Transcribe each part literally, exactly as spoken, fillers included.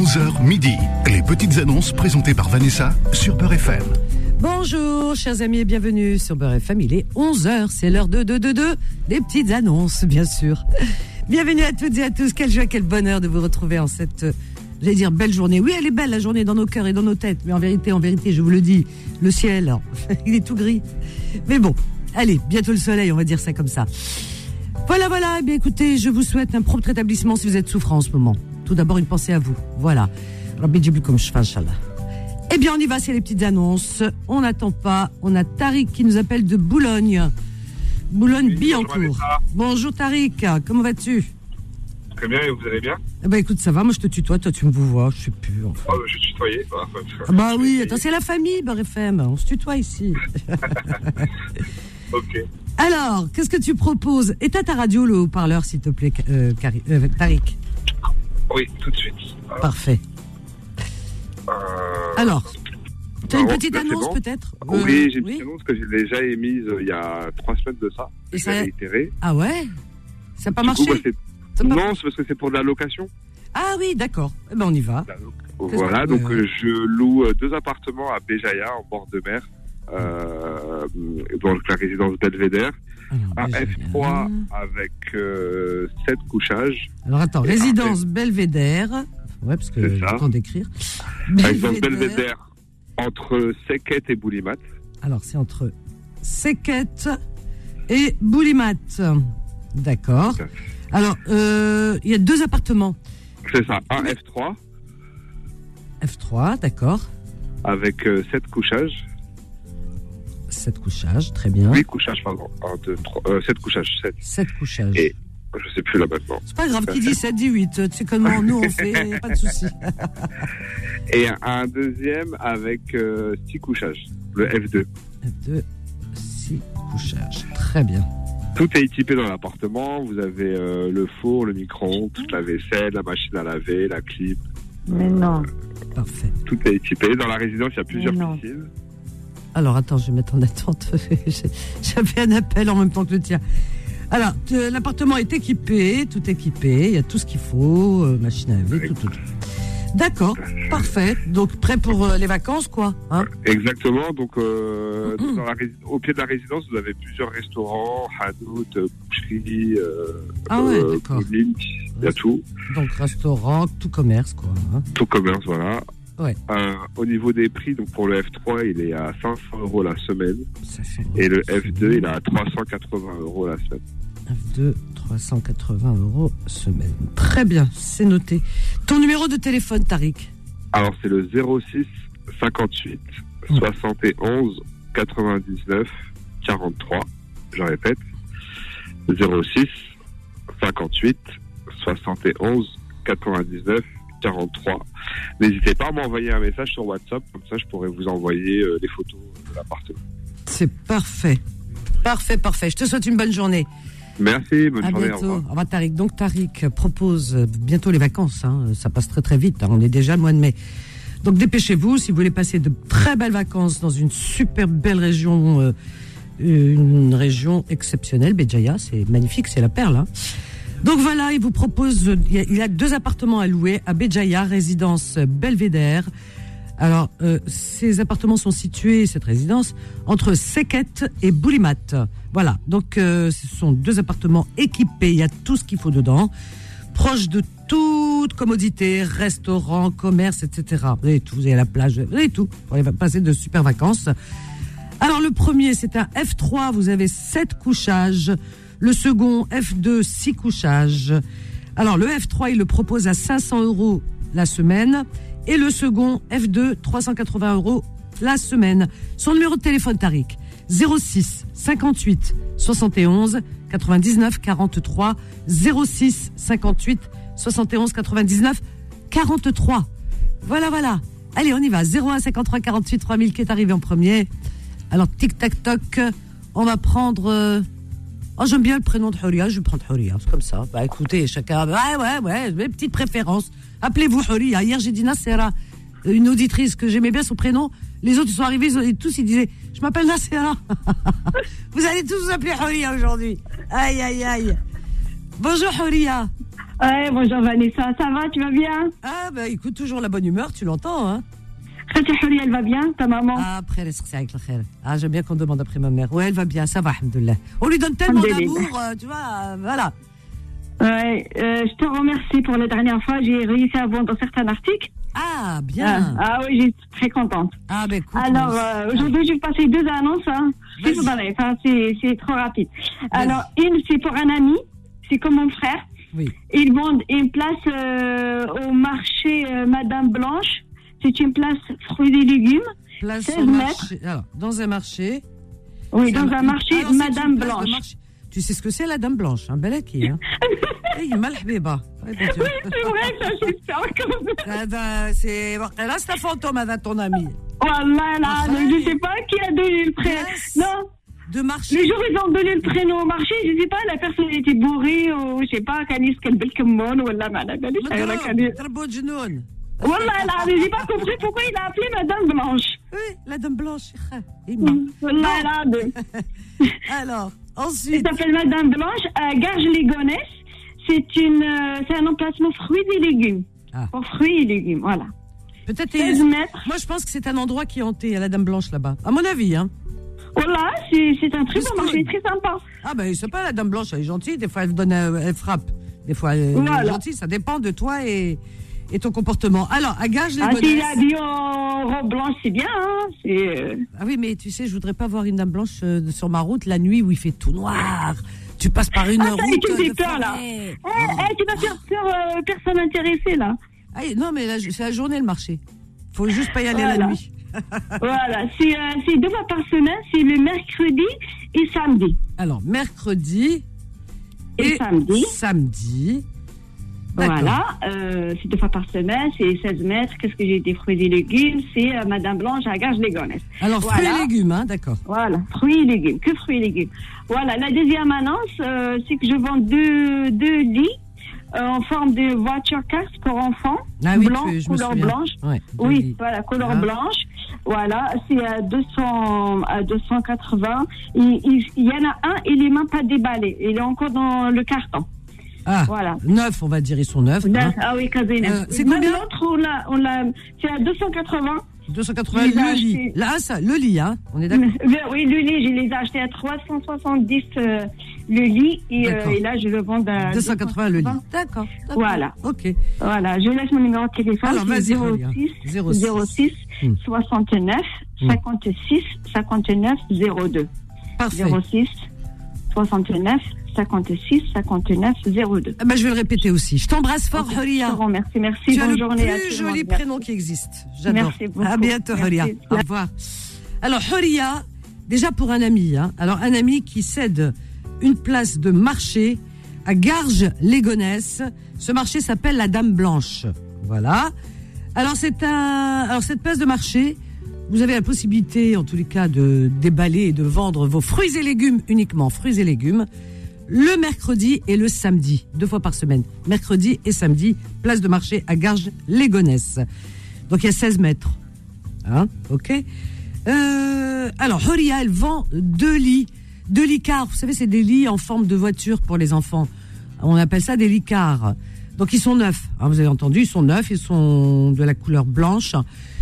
onze heures midi. Les petites annonces présentées par Vanessa sur Beurre F M. Bonjour chers amis et bienvenue sur Beurre F M. Il est onze heures, c'est l'heure de, de, de, de des petites annonces bien sûr. Bienvenue à toutes et à tous, quelle joie, quel bonheur de vous retrouver en cette, j'allais dire, belle journée. Oui, elle est belle la journée dans nos cœurs et dans nos têtes, mais en vérité, en vérité, je vous le dis, le ciel, il est tout gris. Mais bon, allez, bientôt le soleil, on va dire ça comme ça. Voilà, voilà, eh bien écoutez, je vous souhaite un prompt rétablissement si vous êtes souffrant en ce moment. Tout d'abord, une pensée à vous, voilà. Rabbi Djibril comme je fais, Inch'Allah. Eh bien, on y va, c'est les petites annonces. On n'attend pas, on a Tariq qui nous appelle de Boulogne. Boulogne-Billancourt. Bonjour, bonjour Tariq, comment vas-tu? Très bien, et vous allez bien? Eh ben écoute, ça va, moi je te tutoie, toi tu me vois, je sais plus. Enfin. Oh, je tutoyais. Bah, ah bah oui, attends, c'est la famille, Beurre F M, on se tutoie ici. Ok. Alors, qu'est-ce que tu proposes? Éteins ta radio, le haut-parleur, s'il te plaît, euh, Cari- euh, Tariq. Oui, tout de suite. Alors, parfait. Euh... Alors, tu as une Alors, petite là, annonce bon. peut-être? Oui, euh, j'ai une oui petite annonce que j'ai déjà émise euh, il y a trois semaines de ça. Et je ça... l'ai réitérée. Ah ouais? Ça n'a pas Du marché? coup, bah, c'est... Ça Non, pas... c'est parce que c'est pour de la location. Ah oui, d'accord. Eh ben on y va. Voilà, que... donc euh... euh, je loue euh, deux appartements à Béjaïa, en bord de mer, euh, dans la résidence Belvédère. Un F trois avec euh, sept couchages. Alors attends, et résidence un... Belvédère. Ouais, parce que j'ai le temps d'écrire. Résidence Belvédère entre Seket et Boulimat. Alors c'est entre Seket et Boulimat. D'accord. Alors, il euh, y a deux appartements. C'est ça, un F trois. F trois, d'accord. Avec euh, sept couchages. sept couchages, très bien. huit couchages, pardon. un, deux, trois, euh, sept couchages, sept. sept couchages. Et je sais plus là maintenant. C'est pas grave, qui dit sept, dit huit. Tu sais comment nous on fait, pas de souci. Et un deuxième avec euh, six couchages, le F deux. F deux, six couchages, très bien. Tout est équipé dans l'appartement. Vous avez euh, le four, le micro-ondes, toute la vaisselle, la machine à laver, la clim. Mais euh, non. Parfait. Tout est équipé. Dans la résidence, il y a plusieurs piscines. Alors, attends, je vais mettre en attente. J'avais un appel en même temps que le tien. Alors, t- l'appartement est équipé, tout équipé. Il y a tout ce qu'il faut, euh, machine à laver, tout, tout, tout. D'accord, parfait. Donc, prêt pour euh, les vacances, quoi. Hein? Exactement. Donc, euh, mmh. dans la ré... au pied de la résidence, vous avez plusieurs restaurants, hanout, boucherie, euh, ah ouais, euh, d'accord. Bowling, il y a tout. Donc, restaurant, tout commerce, quoi. Hein? Tout commerce, voilà. Ouais. Euh, au niveau des prix, donc pour le F trois, il est à cinq cents euros la semaine. Et le F deux, il est à trois cent quatre-vingts euros la semaine. F deux, trois cent quatre-vingts euros semaine. Très bien, c'est noté. Ton numéro de téléphone, Tariq? Alors, c'est le zéro six cinquante-huit soixante et onze quatre-vingt-dix-neuf quarante-trois. Je répète. zéro six cinquante-huit soixante et onze quatre-vingt-dix-neuf quarante-trois. N'hésitez pas à m'envoyer un message sur WhatsApp, comme ça je pourrais vous envoyer euh, les photos de l'appartement. C'est parfait. Parfait, parfait. Je te souhaite une bonne journée. Merci, bonne à journée. Bientôt. Au revoir. Au revoir Tariq. Donc Tariq propose bientôt les vacances. Hein. Ça passe très très vite. Hein. On est déjà le mois de mai. Donc dépêchez-vous si vous voulez passer de très belles vacances dans une super belle région, euh, une région exceptionnelle. Béjaïa, c'est magnifique, c'est la perle. Hein. Donc voilà, il vous propose, il y a, il y a deux appartements à louer à Béjaïa, résidence Belvédère. Alors, euh, ces appartements sont situés, cette résidence, entre Seket et Boulimat. Voilà, donc euh, ce sont deux appartements équipés, il y a tout ce qu'il faut dedans, proche de toute commodité, restaurant, commerce, et cetera. Vous avez tout, vous avez la plage, vous avez tout, pour aller passer de super vacances. Alors le premier, c'est un F trois, vous avez sept couchages. Le second, F deux, six couchages. Alors, le F trois, il le propose à cinq cents euros la semaine. Et le second, F deux, trois cent quatre-vingts euros la semaine. Son numéro de téléphone, Tariq, zéro six cinquante-huit soixante et onze quatre-vingt-dix-neuf quarante-trois. zéro six cinquante-huit soixante et onze quatre-vingt-dix-neuf quarante-trois. Voilà, voilà. Allez, on y va. zéro un cinquante-trois quarante-huit trois mille qui est arrivé en premier. Alors, tic-tac-toc, on va prendre... Euh Oh, j'aime bien le prénom de Houria, je vais prendre Houria, c'est comme ça. Bah écoutez, chacun, ouais, ouais, ouais, mes petites préférences. Appelez-vous Houria. Hier, j'ai dit Nassera, une auditrice que j'aimais bien son prénom. Les autres, ils sont arrivés, ils, tous, ils disaient, je m'appelle Nassera. Vous allez tous vous appeler Houria aujourd'hui. Aïe, aïe, aïe. Bonjour Houria. Ouais, bonjour Vanessa, ça va, tu vas bien? Ah, bah écoute, toujours la bonne humeur, tu l'entends, hein? Khati Huria, elle va bien, ta maman? Ah, après, elle est avec la khair. Ah, j'aime bien qu'on demande après ma mère. Ouais, elle va bien, ça va, alhamdoulilah. On lui donne tellement d'amour, euh, tu vois, euh, voilà. Ouais, euh, je te remercie pour la dernière fois, j'ai réussi à vendre certains articles. Ah, bien. Ah, ah oui, j'ai très contente. Ah, ben écoute. Alors, euh, aujourd'hui, je vais passer deux annonces, hein. C'est, enfin, c'est, c'est trop rapide. Alors, une, c'est pour un ami, c'est comme mon frère. Oui. Ils vendent une place euh, au marché euh, Madame Blanche. C'est une place fruits et légumes. Place seize au mètres. marché. Alors, dans un marché. Oui, dans un marché alors, Madame Blanche. Tu sais ce que c'est la Dame Blanche, hein, belle qui, hein. Hey, mal habiba. Oui, c'est vrai, ça, j'espère quand même. C'est là, c'est un fantôme, avec ton ami. Wallah, là, je sais pas qui a donné le prénom. Non. De marché. Les jours, ils ont donné le prénom au marché, je sais pas, la personne était bourrée, ou je sais pas, Kanis Kalbel Kemon, ou la malade. Wallah, là, j'ai pas compris pourquoi il a appelé Madame Blanche. Oui, la Dame Blanche. Wallah, là. Alors, ensuite. Ça s'appelle Madame Blanche, à Garges-les-Gonesse. C'est une, euh, c'est un emplacement fruits et légumes. Ah. Pour fruits et légumes, voilà. Peut-être. seize mètres. Moi, je pense que c'est un endroit qui est hanté à la Dame Blanche là-bas. À mon avis, hein. Voilà, c'est, c'est un très bon marché, très sympa. Ah, ben, c'est pas la Dame Blanche, elle est gentille. Des fois, elle donne, elle frappe. Des fois, elle voilà. est gentille. Ça dépend de toi et, et ton comportement. Alors, à Garges-les-Gonesse. Ah, s'il a dit en robe blanche, c'est bien, hein. C'est, euh... Ah oui, mais tu sais, je voudrais pas voir une Dame Blanche euh, sur ma route la nuit où il fait tout noir. Tu passes par une ah, route. Ah, tu fais peur, là. Eh, oh. eh, tu vas faire peur, euh, personne intéressée, là. Ah, non, mais là, c'est la journée, le marché. Faut juste pas y aller voilà. La nuit. Voilà, c'est, euh, c'est deux fois par semaine, c'est le mercredi et samedi. Alors, mercredi et, et samedi. Samedi. Voilà, euh, c'est deux fois par semaine, c'est seize mètres. Qu'est-ce que j'ai des fruits et légumes? C'est euh, Madame Blanche à Garges-les-Gonesse. Alors, fruits voilà. et légumes, hein, d'accord. Voilà, fruits et légumes, que fruits et légumes. Voilà, la deuxième annonce, euh, c'est que je vends deux, deux lits euh, en forme de voiture casque pour enfants. Ah oui, blanc, tu, je couleur blanche. Ouais, oui, lits. Voilà, couleur ah. blanche. Voilà, c'est à deux cents, à deux cent quatre-vingts. Il, il, il y en a un, il n'est même pas déballé. Il est encore dans le carton. Ah, voilà. Neuf, on va dire, ils sont neufs. Neuf, hein. Ah oui, casé neuf. Euh, c'est combien? L'autre, on l'a, on l'a, c'est à deux cent quatre-vingts. deux cent quatre-vingts, le lit. Acheté... Là, ça, le lit, hein. On est d'accord? Oui, le lit, je les ai achetés à trois cent soixante-dix, euh, le lit, et, euh, et là, je le vends à deux cent quatre-vingts le lit. D'accord. Voilà. Ok. Voilà, je laisse mon numéro de téléphone. Alors, vas-y, zéro six, soixante-neuf, cinquante-six, cinquante-neuf, zéro deux. Parfait. zéro six, soixante-neuf, cinquante-six, cinquanteneuf, zéro deux. Ah bah, je vais le répéter aussi. Je t'embrasse fort, okay. Huria. Merci, merci. Tu Bonne as journée le à plus tout joli le prénom qui existe. J'adore. Merci beaucoup. À bientôt, Huria. Au revoir. Alors, Huria, déjà pour un ami, hein. Alors, un ami qui cède une place de marché à Garges-les-Gonesse. Ce marché s'appelle la Dame Blanche. Voilà. Alors, c'est un, alors, cette place de marché, vous avez la possibilité, en tous les cas, de déballer et de vendre vos fruits et légumes uniquement, fruits et légumes, le mercredi et le samedi, deux fois par semaine. Mercredi et samedi, place de marché à Garges-les-Gonesse. Donc, il y a seize mètres. Hein, ok. Euh, alors, Huria, elle vend deux lits. Deux lits cars. Vous savez, c'est des lits en forme de voiture pour les enfants. On appelle ça des lits cars. Donc, ils sont neufs. Hein, vous avez entendu, ils sont neufs. Ils sont de la couleur blanche.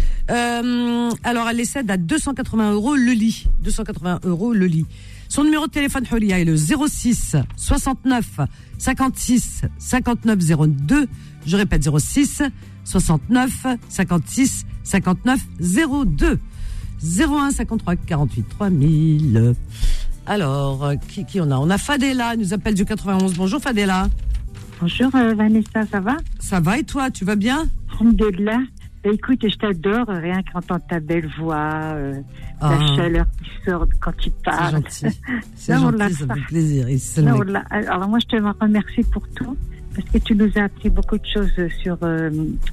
Euh, alors, elle les cède à deux cent quatre-vingts euros le lit. deux cent quatre-vingts euros le lit. Son numéro de téléphone, Huria, est le zéro six, soixante-neuf, cinquante-six, cinquante-neuf, zéro deux. Je répète, zéro six, soixante-neuf, cinquante-six, cinquante-neuf, zéro deux. zéro un, cinquante-trois, quarante-huit, trois mille. Alors, qui, qui on a? On a Fadela, elle nous appelle du quatre-vingt-onze. Bonjour Fadela. Bonjour euh, Vanessa, ça va? Ça va et toi, tu vas bien? Alhamdoulilah. Bah, écoute, je t'adore, rien qu'entendre ta belle voix, euh, ah. la chaleur qui sort quand tu parles. C'est gentil, c'est non, gentil, ça fait plaisir. Non, alors moi, je te remercie pour tout, parce que tu nous as appris beaucoup de choses sur, euh,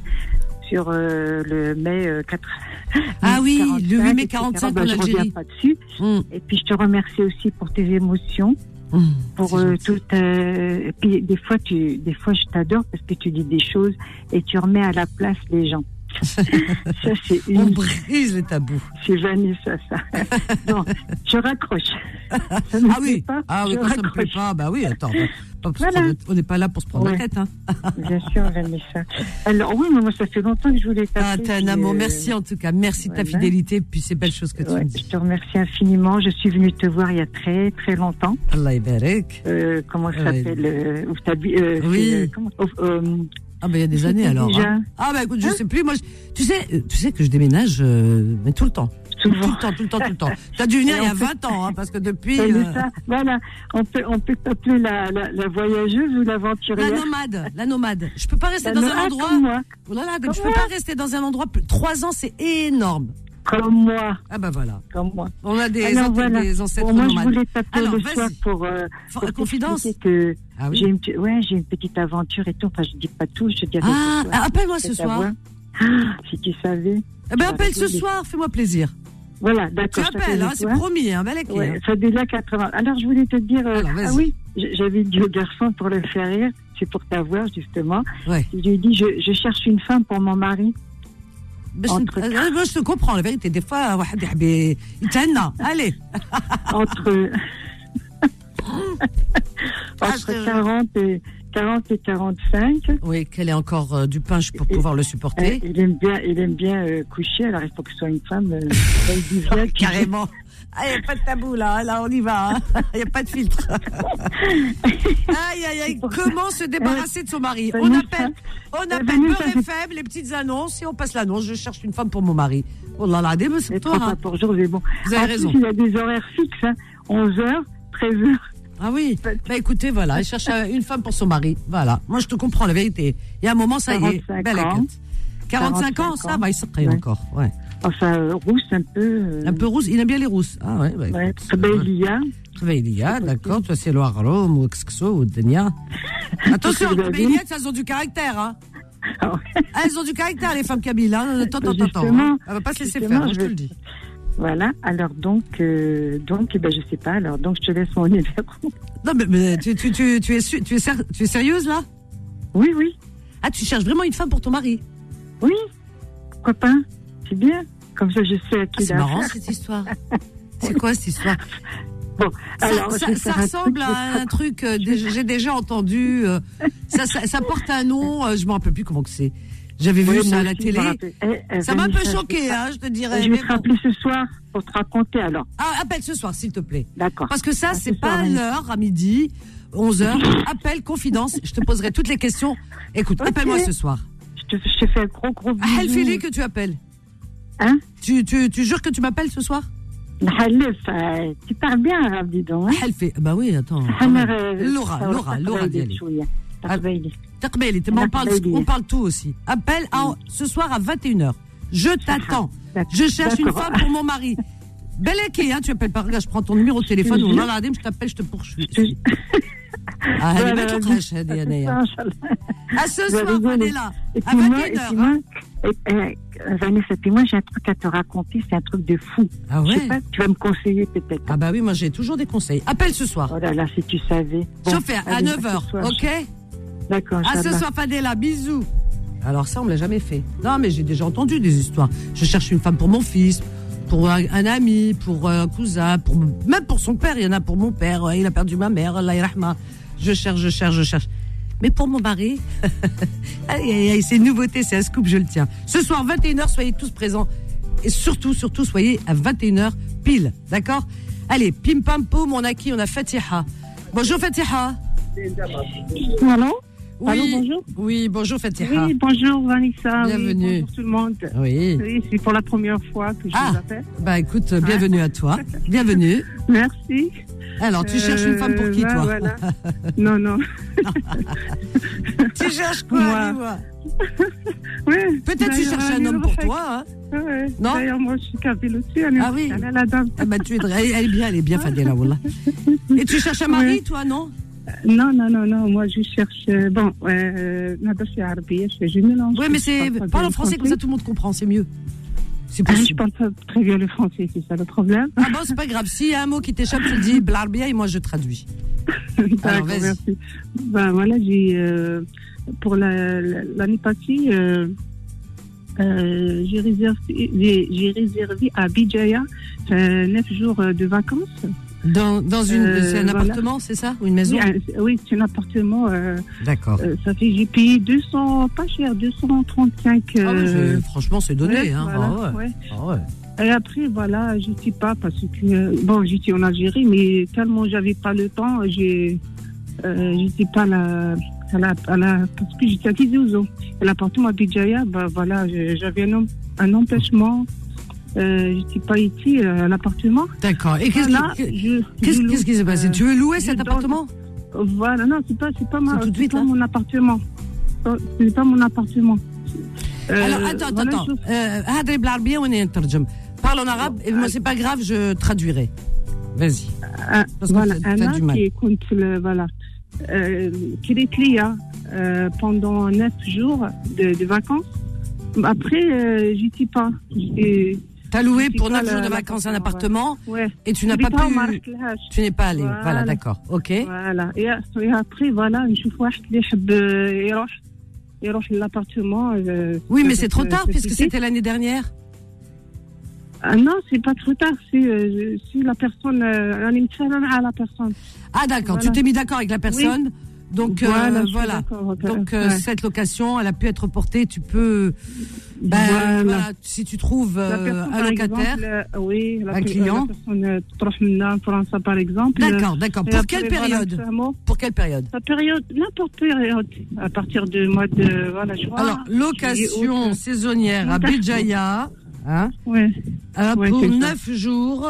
sur euh, le mai euh, quatre... Ah oui, le huit mai quarante-cinq bah, en je Algérie. Je reviens pas dessus. Mm. Et puis, je te remercie aussi pour tes émotions. Mmh, pour euh, tout euh, et puis des fois tu des fois je t'adore parce que tu dis des choses et tu remets à la place les gens. Ça, c'est une... On brise les tabous. C'est Vanessa, ça. Non, je raccroche. Ça ah oui, pas, ah oui, quand ça ne me plaît pas, bah oui, attends. Pas voilà. On n'est pas là pour se prendre ouais. la tête. Hein. Bien sûr, Vanessa. Alors oui, mais moi, ça fait longtemps que je voulais t'appeler. Ah, t'es un amour. Euh... Merci en tout cas. Merci voilà. de ta fidélité, puis ces belles choses que tu ouais, me dis. Je te remercie infiniment. Je suis venue te voir il y a très, très longtemps. Allah yabarak. Euh, comment ça ouais. s'appelle euh, euh, Oui. Euh, comment, euh, Ah ben il y a des années alors. Hein. Ah ben écoute, je hein? sais plus. Moi, je, tu sais, tu sais que je déménage, euh, mais tout le temps. Tout le temps, tout le temps, tout le temps. Tu as dû venir il y a vingt ans, hein, parce que depuis. Euh... Ça, voilà, on peut, on peut t'appeler la, la, la voyageuse ou l'aventurière. La nomade, la nomade. Je peux pas rester la dans un endroit. Comme moi. Oh là là, je peux pas rester dans un endroit. Trois ans, c'est énorme. Comme moi. Ah ben voilà. Comme moi. On a des, alors, ant- voilà. des ancêtres bon, moi, nomades. Je voulais t'appeler alors, le vas-y. soir pour, euh, pour confidence. Que ah oui. j'ai une, ouais, j'ai une petite aventure et tout. Enfin, je dis pas tout, je te dirai ah, ce soir. appelle-moi ce soir. Ah, si tu savais. Eh ben appelle ce soir, fais-moi plaisir. Voilà, d'accord. Tu appelles, hein, c'est promis, hein, bel écrit. Ouais, Fadela quatre-vingts. Alors, je voulais te dire, euh, alors, ah oui, j'avais dit au garçon pour le faire rire, c'est pour t'avoir, justement. Ouais. Je lui ai dit, je, je cherche une femme pour mon mari. Ben, entre... je, moi, je te comprends, la vérité. Des fois, allez. entre entre quarante et quarante et quarante-cinq. Oui, qu'elle ait encore euh, du punch pour pouvoir le supporter. Il aime bien, il aime bien euh, coucher. Alors il faut que ce soit une femme. Euh, bien, carrément. Il n'y a pas de tabou là, là on y va. Il hein. n'y a pas de filtre. Aïe aïe aïe. Comment se débarrasser de son mari? On appelle, on appelle Beurre et Faible, les petites annonces et on passe l'annonce. Je cherche une femme pour mon mari. Oh là là, des c'est toi. Hein. Pour jour, c'est bon. Vous avez en raison. Plus, il y a des horaires fixes, hein. onze heures, treize heures. Ah oui. Bah écoutez, voilà, elle cherche une femme pour son mari. Voilà. Moi je te comprends la vérité. Il y a un moment, ça y est. Belle écoute. quarante-cinq ans, ça va, il se crée encore. Ouais. Enfin, euh, rousse un peu. Euh... Un peu rousse, il aime bien les rousses. Ah ouais, bah, ouais. Trebelia. Trebelia, d'accord, toi c'est Loire-Rome ou Xxo ou Denia. Attention, Trebelia, elles ont du caractère, hein. Ah ouais. Elles ont du caractère, les femmes kabyles, hein. Attends, attends, attends. Hein. Elle va pas se laisser faire, hein, je te le dis. Voilà, alors donc, euh, donc eh ben, je sais pas, alors donc je te laisse mon numéro. Non, mais, mais tu, tu, tu, tu, es, tu, es ser- tu es sérieuse là? Oui, oui. Ah, tu cherches vraiment une femme pour ton mari? Oui, pourquoi pas? C'est bien, comme ça je sais à qui ah, c'est marrant affaire. Cette histoire. C'est quoi cette histoire? Bon, ça, alors, ça, ça ressemble à un truc que euh, j'ai déjà entendu. Euh, ça, ça, ça porte un nom, euh, je me rappelle plus comment que c'est. J'avais vu oui, ça à la télé. Eh, ça m'a un peu choqué, hein, je te dirais. Je vais te rappeler ce soir pour te raconter alors. Ah, appelle ce soir, s'il te plaît. D'accord. Parce que ça, ah, c'est pas à l'heure, à midi, onze heures. Appelle, confidence, je te poserai toutes les questions. Écoute, okay. Appelle-moi ce soir. Je te, je te fais un gros, gros bisou. Ah, Félix, que tu appelles. Hein? Tu, tu, tu jures que tu m'appelles ce soir? Tu parles bien arabe, dis donc. Elle fait. Bah oui, attends. Laura, Laura, Laura, Dialli. Taqbeli, on parle, on parle tout aussi. Appelle à, ce soir à vingt et une heures. Je t'attends. Je cherche une femme pour mon mari. Belle équipe, hein, tu appelles par là, je prends ton numéro de téléphone, ou là, je t'appelle, je te poursuis. Ah, elle est belle, je dis, à ce soir, Fadela, à vingt et une heures. Vanessa, puis moi, j'ai un truc à te raconter, c'est un truc de fou. Ah ouais? Je sais pas, tu vas me conseiller peut-être. Ah bah oui, moi, j'ai toujours des conseils. Appelle ce soir. Oh là là, si tu savais. Bon, je fais à neuf heures, ok? D'accord. À ce soir, Fadela, bisous. Alors ça, on me l'a jamais fait. Non, mais j'ai déjà entendu des histoires. Je cherche une femme pour mon fils, pour un, un ami, pour un cousin, pour, même pour son père. Il y en a pour mon père. Il a perdu ma mère, Allah yarahma. Je cherche, je cherche, je cherche. Mais pour mon mari, aïe, aïe, aïe, c'est une nouveauté, c'est un scoop, je le tiens. Ce soir, vingt et une heures, soyez tous présents. Et surtout, surtout, soyez à vingt et une heures pile. D'accord? Allez, pim pam poum, on a qui? On a Fatiha. Bonjour Fatiha. Allô? Oui, Allô, bonjour. Oui, bonjour Fatiha. Oui, bonjour Vanessa. Bienvenue. Oui, bonjour tout le monde. Oui. Oui, c'est pour la première fois que je ah, vous appelle. Bah écoute, bienvenue à toi. Bienvenue. Merci. Alors, tu euh, cherches une femme pour qui, bah, toi? Voilà. Non, non. Tu cherches quoi, moi. dis-moi? Oui. Peut-être tu cherches un homme pour toi, hein? Oui. Non? D'ailleurs, moi, je suis kabyle aussi. Ah oui. Elle est la dame. Ah bah, tu es, elle, elle est bien, elle est bien, Fadela, wallah. Et tu cherches un mari, oui. Toi, non? Non, non, non, non. Moi, je cherche. Euh, bon, euh, c'est arabe, je fais je mélange. Oui, mais c'est. Parle en français, comme ça tout le monde comprend, c'est mieux. C'est possible. Ah, je parle pas très bien le français, c'est ça le problème. Ah bon, c'est pas grave. S'il y a un mot qui t'échappe, tu le dis blarbia et moi je traduis. Alors, vas-y. Merci. Ben voilà, j'ai. Euh, pour la, la, l'année passée, euh, Euh, j'ai réservé, j'ai, j'ai réservé à Bijaya euh, neuf jours de vacances. Dans, dans une, Euh, c'est un voilà. appartement, c'est ça? Ou une maison? Oui, un- oui, c'est un appartement. Euh, D'accord. euh, ça fait, j'ai payé deux cents, pas cher, deux cent trente-cinq. Ah ouais, Euh, c'est- franchement, c'est donné. ouais, hein. voilà, Ah ouais. ouais. Ah ouais. Et après, voilà, je sais pas parce que euh, bon, j'étais en Algérie, mais tellement j'avais pas le temps, j'ai, euh, j'étais pas là, à la, à la, parce que j'étais à Tizi Ouzou. Et l'appartement à Bijaya, bah voilà, je- j'avais un, em- un empêchement. Euh, j'étais pas ici euh, à l'appartement. D'accord. Et qu'est-ce Voilà, qui, je- qu'est-ce, je loue, qu'est-ce qui s'est passé? euh, Tu veux louer je cet donne- appartement? Voilà, non, c'est pas, c'est pas, ma, C'est tout de c'est suite, pas là mon appartement. C'est pas mon appartement. Euh, Alors, attends, voilà, attends, je- attends. هادري بالعربية وأنا نترجم. Parle en arabe, et moi, c'est pas grave, je traduirai. Vas-y. آه، Parce que voilà, t'as- t'as du أنا mal. كي كنت ل- voilà euh, كريت ليا euh, pendant neuf jours de, de vacances. Après, euh, j'étais pas. J'étais- T'as loué j'étais pour pas neuf la- jours de vacances un l'appartement, appartement ouais. et tu n'as كريتها pas وما pu. رحتلهاش. Tu n'es pas allé. Voilà, Voilà. d'accord. Ok. Voilà. Et, et après, voilà, نشوف واحد اللي يحب يروح يروح l'appartement. euh, Oui, mais cet- c'est trop tard cet puisque été. c'était l'année dernière. Ah non, c'est pas trop tard. Si, euh, si la personne, euh, on est متفاهمة مع la personne. Ah, d'accord. Voilà. Tu t'es mis d'accord avec la personne. Donc, euh, Voilà, je suis voilà. d'accord, ok. Donc, euh, Ouais. cette location, elle a pu être portée. Tu peux. Ben, Voilà. voilà, si tu trouves La euh, personne, un par locataire. exemple, euh, oui, la, un pe- client. La personne euh, تروح منا فرنسا, par exemple. D'accord, d'accord. Et Pour après, quelle voilà, période vraiment, Pour quelle période La période, n'importe période, à partir du mois de voilà, juin. Alors, location juillet, août. saisonnière à D'accord. Béjaïa, hein, Ouais. euh, Ouais, pour c'est ça. neuf jours,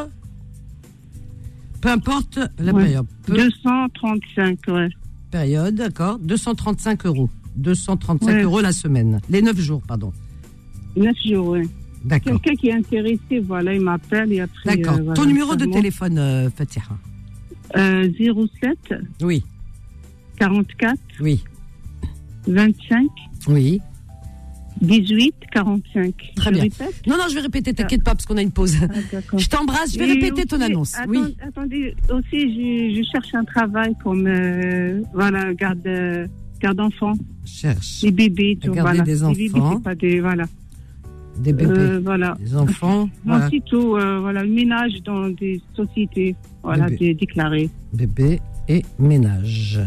peu importe la Ouais. période. Peu- deux cent trente-cinq, ouais. période, d'accord, deux cent trente-cinq euros. deux cent trente-cinq Ouais. euros la semaine. Les neuf jours, pardon. neuf jours, ouais. D'accord. Quelqu'un qui est intéressé, voilà, il m'appelle et après. D'accord. euh, voilà, Ton numéro de vraiment. téléphone, euh, Fatiha. Euh, zéro sept Oui, quarante-quatre oui, vingt-cinq oui. dix-huit quarante-cinq. Très Je bien. répète. Non, non, je vais répéter, t'inquiète pas, parce qu'on a une pause. Ah, d'accord. Je t'embrasse, je vais Et répéter ton aussi, annonce. attends- Oui. Attendez, aussi, je, je cherche un travail comme, euh, voilà, garde, euh, garde enfant, Cherche des bébés, tout, Garder voilà. des bébés, enfants. c'est pas des, voilà. des bébés, Euh, voilà. des enfants, Non, voilà, c'est tout, euh, voilà, le ménage dans des sociétés, voilà, Bébé. des déclarés. bébés et ménage.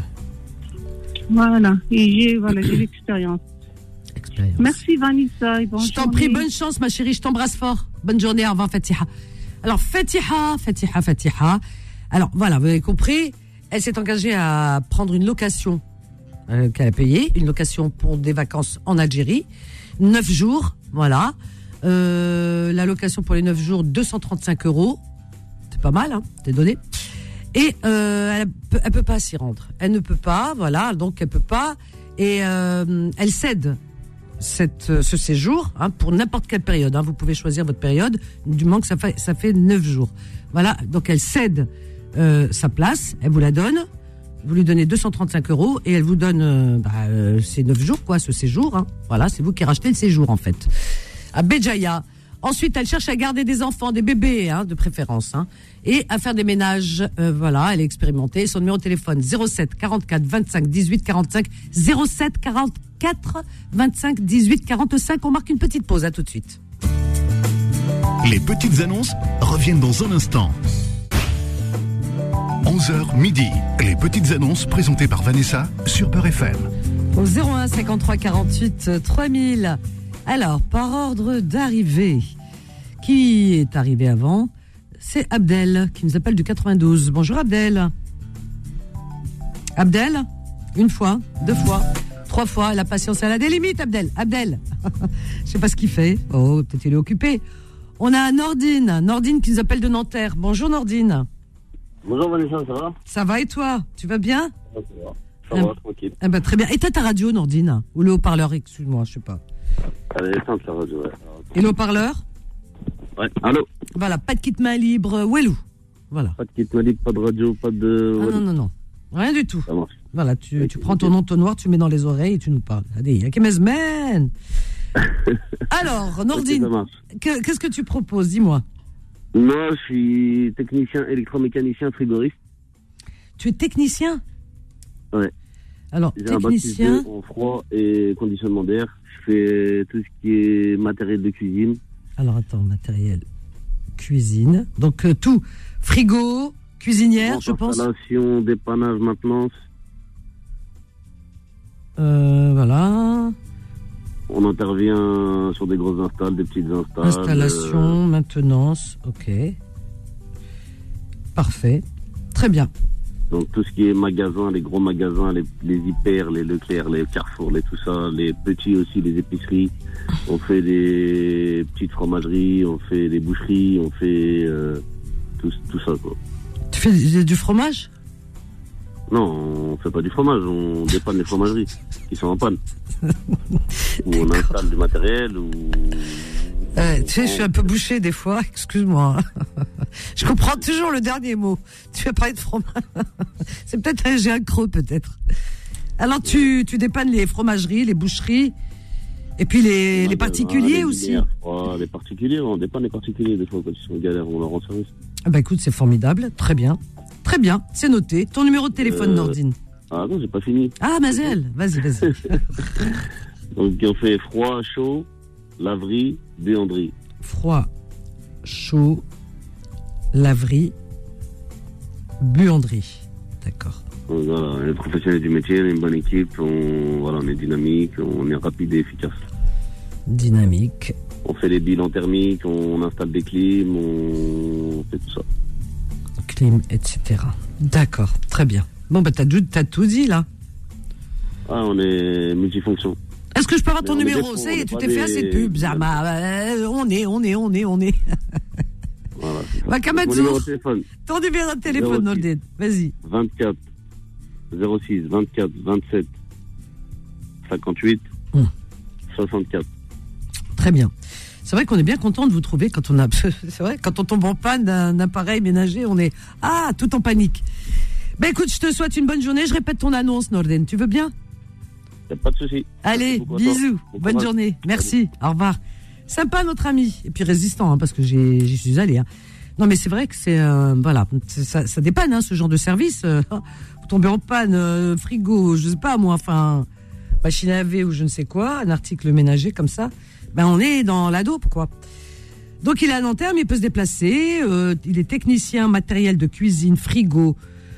Voilà. Et j'ai, voilà, j'ai l'expérience. Expérience. Merci, Vanessa, et bonne Je t'en prie, journée. bonne chance, ma chérie, je t'embrasse fort. Bonne journée, au revoir, Fatiha. Alors, Fatiha, Fatiha, Fatiha. Alors, voilà, vous avez compris, elle s'est engagée à prendre une location euh, qu'elle a payée, une location pour des vacances en Algérie, neuf jours, voilà. Euh, la location pour les neuf jours, deux cent trente-cinq euros. C'est pas mal, hein, c'est donné. Et euh, elle peut, elle peut pas s'y rendre. Elle ne peut pas, voilà, donc elle peut pas. Et euh, elle cède cette, ce séjour hein, pour n'importe quelle période. Hein. Vous pouvez choisir votre période, du moment que ça fait, ça fait neuf jours. Voilà, donc elle cède euh, sa place, elle vous la donne. Vous lui donnez deux cent trente-cinq euros et elle vous donne euh, bah, euh, ces neuf jours, quoi, ce séjour. Hein. Voilà, c'est vous qui rachetez le séjour, en fait. À Béjaïa. Ensuite, elle cherche à garder des enfants, des bébés, hein, de préférence, hein, et à faire des ménages. Euh, voilà, elle est expérimentée. Son numéro de téléphone zéro sept quarante-quatre vingt-cinq dix-huit quarante-cinq zéro sept quarante-quatre vingt-cinq dix-huit quarante-cinq. On marque une petite pause. À tout de suite. Les petites annonces reviennent dans un instant. onze heures midi. Les petites annonces présentées par Vanessa sur Peur F M. Au zéro un cinquante-trois quarante-huit trois mille. Alors, par ordre d'arrivée, qui est arrivé avant? C'est Abdel, qui nous appelle du quatre-vingt-douze. Bonjour Abdel. Abdel, une fois, deux fois, trois fois, la patience elle a des limites, Abdel. Abdel, je sais pas ce qu'il fait. Oh, peut-être il est occupé. On a Nordine, Nordine qui nous appelle de Nanterre. Bonjour Nordine. Bonjour Vanessa, ça va? Ça va et toi? Tu vas bien? Ça va, ça va, tranquille. Eh ben, très bien. Et t'as ta radio, Nordine? Ou le haut-parleur, excuse-moi, je sais pas. Elle est simple la radio, ouais. Et le haut-parleur? Ouais, allô? Voilà, pas de kit main libre, Wellou. Voilà. Pas de kit malique, pas de radio, pas de... Ah non, non, non. Rien du tout. Ça marche. Voilà, tu, Oui, tu prends ton entonnoir, tu mets dans les oreilles et tu nous parles. Allez, y'a qu'est-ce Alors, Nordine, Ok, ça marche. que- qu'est-ce que tu proposes? Dis-moi. Moi, je suis technicien, électromécanicien, frigoriste. Tu es technicien? Ouais. Alors, J'ai un bac plus technicien. deux en froid et conditionnement d'air. Je fais tout ce qui est matériel de cuisine. Alors, attends, matériel, cuisine. Donc, euh, tout. Frigo, cuisinière, Vente, je pense. Installation, dépannage, maintenance. Euh, voilà. On intervient sur des grosses installs, des petites installs. Installation, maintenance, ok. Parfait. Très bien. euh, donc tout ce qui est magasin, les gros magasins, les, les hyper, les Leclerc, les Carrefour, les tout ça, les petits aussi, les épiceries. On fait des petites fromageries, on fait des boucheries, on fait euh, tout, tout ça, quoi. Tu fais du, du fromage? Non, on fait pas du fromage, on dépanne les fromageries qui sont en panne. Ou on installe du matériel, ou... Euh, tu sais, je suis un peu bouchée des fois, excuse-moi. Je comprends toujours le dernier mot. Tu vas parler de fromage. C'est peut-être un, j'ai un creux, peut-être. Alors, tu, tu dépannes les fromageries, les boucheries, et puis les, les particuliers les aussi. lumières, oh, les particuliers, on dépanne les particuliers des fois quand ils sont en galère, on leur rend service. Ah bah écoute, c'est formidable, très bien. Très bien, c'est noté. Ton numéro de téléphone, Euh, Nordine. Ah non, j'ai pas fini. Ah, Mazel, vas-y, vas-y. Donc on fait froid, chaud, laverie, buanderie. Froid, chaud, laverie, buanderie. D'accord. Donc voilà, on est professionnels du métier, on est une bonne équipe, on, voilà, on est dynamique, on est rapide et efficace. Dynamique. On fait des bilans thermiques, on installe des clims, on fait tout ça. Clim, et cetera. D'accord, très bien. Bon, bah, t'as, t'as tout dit, là. Ah, on est multifonction. Est-ce que je peux avoir ton Mais on est numéro? des Ça y est, pros, tu on t'es est fait pas assez de des- pubs, Zama. Euh, on est, on est, on est, on est. Voilà, c'est ça. Bah, Kamadou, Mon numéro de téléphone, ton numéro de téléphone, zéro six. Nordine. Vas-y. vingt-quatre zéro six vingt-quatre vingt-sept cinquante-huit Hum. soixante-quatre. Très bien. C'est vrai qu'on est bien content de vous trouver quand on a, c'est vrai, quand on tombe en panne d'un appareil ménager, on est, ah, tout en panique. Ben écoute, je te souhaite une bonne journée. Je répète ton annonce, Nordine. Tu veux bien? Y a pas de souci. Allez, Merci beaucoup à toi. bisous. Bon Bonne courage. journée. Merci. Au revoir. Sympa, notre ami. Et puis résistant, hein, parce que j'ai, j'y suis allé. Hein. Non, mais c'est vrai que c'est, euh, voilà, c'est- ça, ça dépanne, hein, ce genre de service. Euh, vous tombez en panne, euh, frigo, je sais pas moi, enfin, machine à laver ou je ne sais quoi, un article ménager comme ça. Ben, on est dans la dope, quoi. Donc, il est à Nanterre, mais il peut se déplacer. Euh, il est technicien matériel de cuisine, frigo,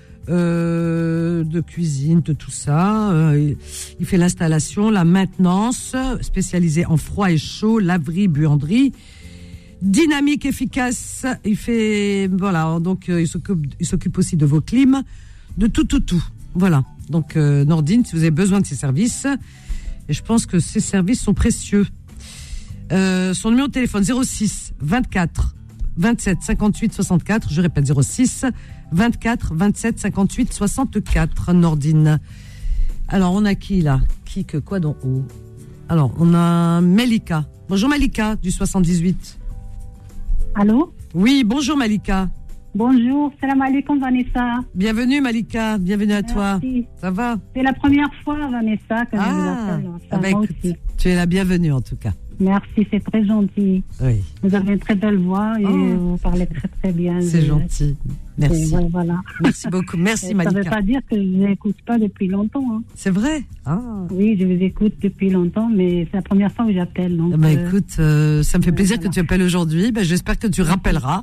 euh, de cuisine, de tout ça. Euh, il, il fait l'installation, la maintenance, spécialisé en froid et chaud, laverie, buanderie. Dynamique, efficace. Il fait, voilà, donc euh, il s'occupe, il s'occupe aussi de vos clims, de tout, tout, tout. Voilà. Donc, euh, Nordine, si vous avez besoin de ces services, et je pense que ces services sont précieux. Euh, son numéro de téléphone zéro six vingt-quatre vingt-sept cinquante-huit soixante-quatre. Je répète zéro six vingt-quatre vingt-sept cinquante-huit soixante-quatre. Nordine. Alors on a qui là? Qui que quoi dans haut? Alors on a Malika. Bonjour Malika du soixante-dix-huit. Allô? Oui, bonjour Malika. Bonjour, salam alaikum Vanessa. Bienvenue Malika, bienvenue à toi. Merci. Ça va? C'est la première fois Vanessa que je vous Ah, appelle. Ça ah bah, va écoute, aussi. tu es la bienvenue en tout cas. Merci, c'est très gentil. Oui, Vous avez une très belle voix et Oh. vous parlez très très bien. c'est Je- gentil. Merci. et ouais, voilà. Merci beaucoup. Merci Ça ne veut Malika. pas dire que je ne vous écoute pas depuis longtemps. Hein. C'est vrai? Ah. Oui, je vous écoute depuis longtemps, mais c'est la première fois que j'appelle. Donc, Ah bah, euh, écoute, euh, ça me fait plaisir voilà. que tu appelles aujourd'hui. Bah, j'espère que tu rappelleras.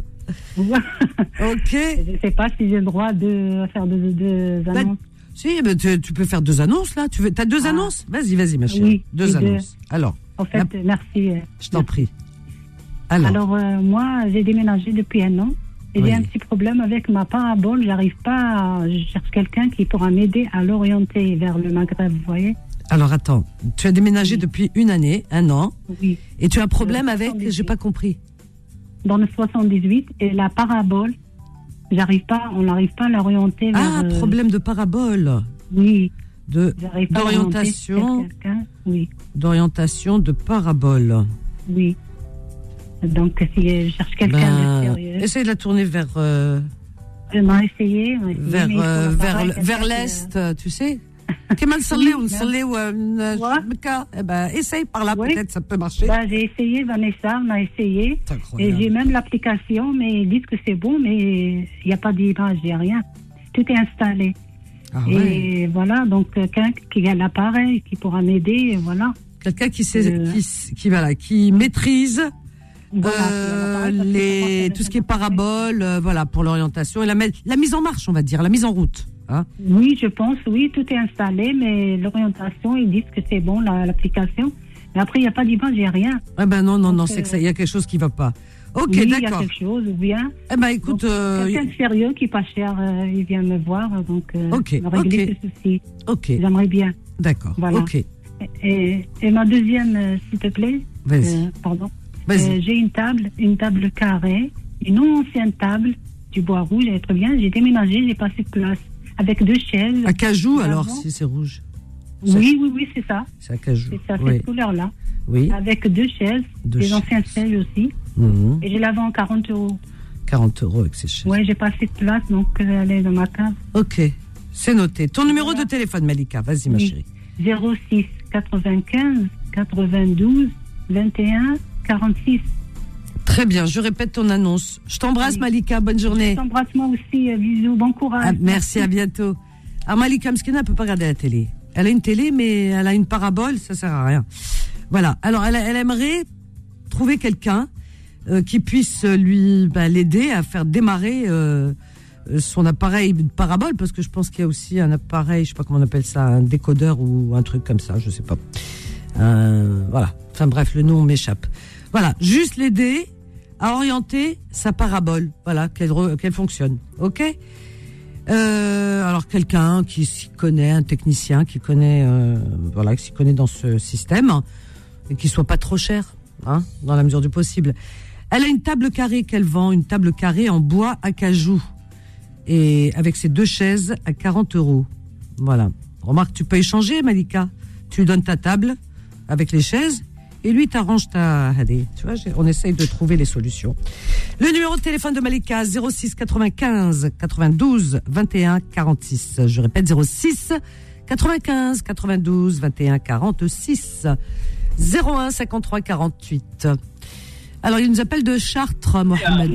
Ok. je ne sais pas si j'ai le droit de faire deux, deux Bah, annonces. Si, bah, tu, tu peux faire deux annonces là. Tu veux, t'as deux Ah. annonces? Vas-y, vas-y, ma chérie. Oui, deux oui, deux. annonces. Alors, En fait, la- merci. euh, je t'en prie. Alors, Alors, euh, moi, j'ai déménagé depuis un an et Oui. j'ai un petit problème avec ma parabole. J'arrive pas à... Je cherche quelqu'un qui pourra m'aider à l'orienter vers le Maghreb, vous voyez? alors attends. Tu as déménagé Oui. depuis une année, un an, Oui. et tu as un problème Le avec? soixante-dix-huit. J'ai pas compris. Dans le soixante-dix-huit, et la parabole, j'arrive pas, on n'arrive pas à l'orienter vers... Ah, euh, problème de parabole, Oui, de j'arrive pas à l'orienter d'orientation, vers quelqu'un. Oui, d'orientation de parabole. oui. Donc, si je cherche quelqu'un Ben, de sérieux, essaye de la tourner vers euh, on a essayé. On a essayé, vers mais il faut euh, un vers pareil, vers quelqu'un l'est, euh, tu sais. Kemal Salé ou Salé ou euh, Ouais. Mecca. Eh ben, essaye par là, Oui. peut-être ça peut qui- marcher. Bah, j'ai essayé, Vanessa, on a essayé. C'est Et incroyable. j'ai même l'application, mais ils disent que c'est bon, mais il n'y a pas d'image, il n'y a rien. Tout est installé. Ah et ouais. voilà, donc quelqu'un qui a l'appareil, qui pourra m'aider, voilà. Quelqu'un qui sait, Euh. qui, qui, voilà, qui maîtrise Voilà, euh, qui a l'appareil, parce que les, comment tout ce faire qui est parabole, euh, voilà, pour l'orientation et la, ma- la mise en marche, on va dire, la mise en route. Hein. Oui, je pense, oui, tout est installé, mais l'orientation, ils disent que c'est bon, la- l'application. Mais après, il n'y a pas d'image, il n'y a rien. Eh ben non, non, Donc, non, c'est euh, que ça, il y a quelque chose qui va pas. Ok, oui, il y a d'accord. quelque chose, ou bien. Eh ben écoute, Donc, euh, quelqu'un de sérieux qui est pas cher, euh, il vient me voir, donc euh, Ok, il va régler ok. ce souci. ok, J'aimerais bien. d'accord, Voilà. ok. Et, et ma deuxième, euh, s'il te plaît, Vas-y, euh, pardon. vas-y. Euh, j'ai une table, une table carrée, une ancienne table du bois rouge, elle est très bien. J'ai déménagé, j'ai passé de place avec deux chaises. À cajou Avant. alors, si c'est rouge. Oui, oui, oui, c'est ça. C'est à cajou. C'est ça, Oui, cette couleur-là. oui. Avec deux chaises, Deux des chaises. anciennes chaises aussi. Mhm. Et je la vends quarante euros. quarante euros avec ces chaises. Ouais, j'ai pas assez de place, donc euh, elle est dans ma cave. Ok, c'est noté. Ton numéro Voilà. de téléphone, Malika, vas-y ma Oui. chérie. zéro six quatre-vingt-quinze quatre-vingt-douze vingt et un quarante-six. Très bien, je répète ton annonce. Je t'embrasse Oui. Malika, bonne journée. Embrasse-moi aussi, euh, bisous, bon courage. Ah, merci, à bientôt. Alors Malika Mskina ne peut pas regarder la télé. Elle a une télé, mais elle a une parabole, ça sert à rien. Voilà, alors elle, elle aimerait trouver quelqu'un euh, qui puisse lui bah, l'aider à faire démarrer euh, son appareil de parabole, parce que je pense qu'il y a aussi un appareil, je sais pas comment on appelle ça, un décodeur ou un truc comme ça, je sais pas. Euh, voilà, enfin bref, le nom m'échappe. Voilà, juste l'aider à orienter sa parabole, voilà, qu'elle re- qu'elle fonctionne, ok ? Euh, alors quelqu'un qui s'y connaît, un technicien qui connaît, euh, voilà, qui s'y connaît dans ce système et qui soit pas trop cher, hein, dans la mesure du possible. Elle a une table carrée qu'elle vend, une table carrée en bois acajou et avec ses deux chaises à quarante euros. Voilà. Remarque, tu peux échanger, Malika. Tu lui donnes ta table avec les chaises et lui t'arrange ta. Allez, tu vois, j'ai- on essaye de trouver les solutions. Le numéro de téléphone de Malika, zéro six quatre-vingt-quinze quatre-vingt-douze vingt et un quarante-six. Je répète, zéro six quatre-vingt-quinze quatre-vingt-douze vingt et un quarante-six. zéro un cinquante-trois quarante-huit. Alors, il nous appelle de Chartres, Mohamed.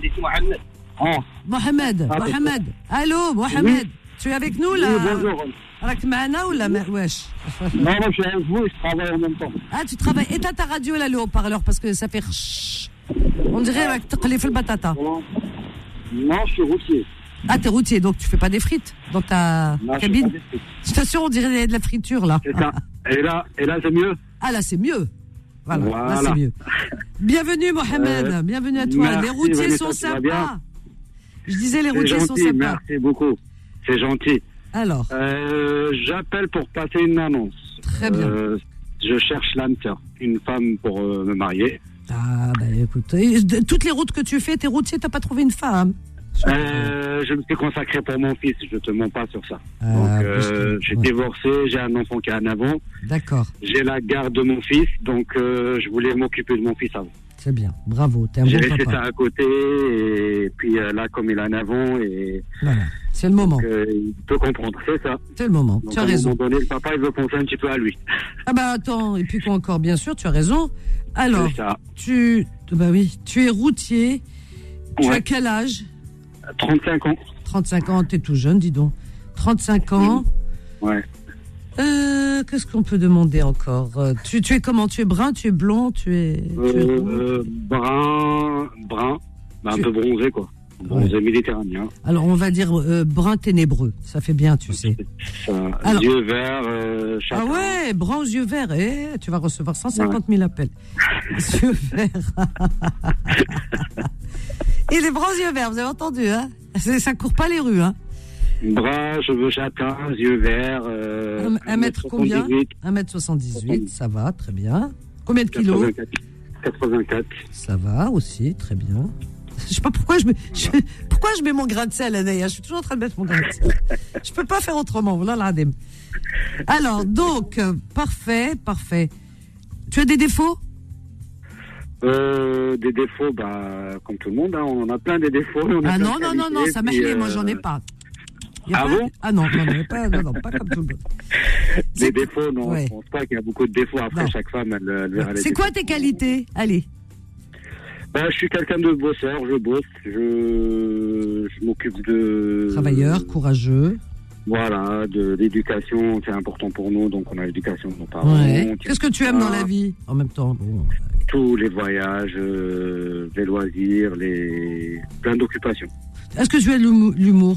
Mohamed, Ah, Mohamed. Allô, Mohamed. Tu es avec nous, là? Oui, bonjour. راك معنا ولا ما- wesh? Non, moi je suis avec vous et je travaille en même temps. Ah, tu travailles. Éteins ta radio là, le haut-parleur, parce que ça fait chut. On dirait راك تقلي في البطاطا. Non, je suis routier. Ah, t'es routier, donc tu fais pas des frites dans ta Non, je fais cabine? pas des frites. Je t'assure, on dirait de la friture, là. C'est ça. Et là, et là c'est mieux. Ah, là, c'est mieux. Voilà, là, Voilà. c'est mieux. Bienvenue, Mohamed. Euh, Bienvenue à toi. merci, Les routiers Vanessa, sont tu vas sympas. bien? Je disais, les C'est routiers sont gentil, sympas. merci beaucoup. C'est gentil. Alors, Euh, J'appelle pour passer une annonce. très bien. Euh, je cherche l'âme sœur, une femme pour euh, me marier. Ah, bah écoute, et de- toutes les routes que tu fais, t'es routier, t'as pas trouvé une femme? Euh, je me suis consacré pour mon fils, je te mens pas sur ça. Ah, Donc, parce euh, que- j'ai ouais. divorcé, j'ai un enfant qui a neuf ans, D'accord, j'ai la garde de mon fils, donc euh, je voulais m'occuper de mon fils avant. c'est bien. Bravo, t'es un J'ai bon laissé papa. ça à côté, et puis euh, là, comme il a neuf ans, et Voilà, c'est le moment. euh, il peut comprendre, c'est ça. C'est le moment. Donc, Tu as à un raison. moment donné, le papa, il veut penser un petit peu à lui. Ah bah attends, et puis quoi encore, bien sûr, tu as raison. Alors, C'est ça. tu, bah oui, tu es routier. Tu Ouais. as quel âge? trente-cinq ans. trente-cinq ans, t'es tout jeune, dis donc. trente-cinq ans. Ouais. Euh, qu'est-ce qu'on peut demander encore? Euh, tu, tu es comment? Tu es brun, tu es blond, tu es, tu es roux? Euh, brun, brun, bah, un Tu- peu bronzé, quoi. Bronzé méditerranéen. Alors on va dire euh, brun ténébreux, ça fait bien, tu sais. Ça, Alors- yeux verts, euh, châtain. Ah ouais, brun aux yeux verts, eh, tu vas recevoir cent cinquante mille appels. Yeux verts. Et les bruns yeux verts, vous avez entendu, hein? C'est- Ça court pas les rues, hein? Brun, cheveux châtains, yeux verts. Euh, Un, un mètre combien? soixante-dix-huit, un mètre soixante-dix-huit, ça va, très bien. Combien de kilos? quatre-vingt-quatre. quatre-vingt-quatre. Ça va aussi, très bien. Je sais pas pourquoi je mets, je, pourquoi je mets mon grain de sel, Anaïa. Je suis toujours en train de mettre mon grain de sel. Je peux pas faire autrement. Voilà l'adem. Alors, donc, euh, parfait, parfait. Tu as des défauts? Euh, des défauts, bah, comme tout le monde, hein, on en a plein des défauts. On a Ah plein non, de non, non, non, qualités, ça m'a puis, lié, moi euh, j'en ai pas. Y a Ah pas- bon Ah non, non, non, pas, non, non, pas comme tout le monde. Des C'est- défauts, non, Ouais. je pense pas qu'il y a beaucoup de défauts. Après, Non. chaque femme, elle, elle verra les C'est quoi défauts. tes qualités? Allez. Bah, je suis quelqu'un de bosseur, je bosse, je, je m'occupe de... Travailleur, courageux. Voilà, de l'éducation, c'est important pour nous, donc on a l'éducation de nos parents. Ouais. Qu'est-ce que tu aimes dans la vie en même temps? Bon. Tous les voyages, euh, les loisirs, les plein d'occupations. Est-ce que tu as de l'humour- l'humour?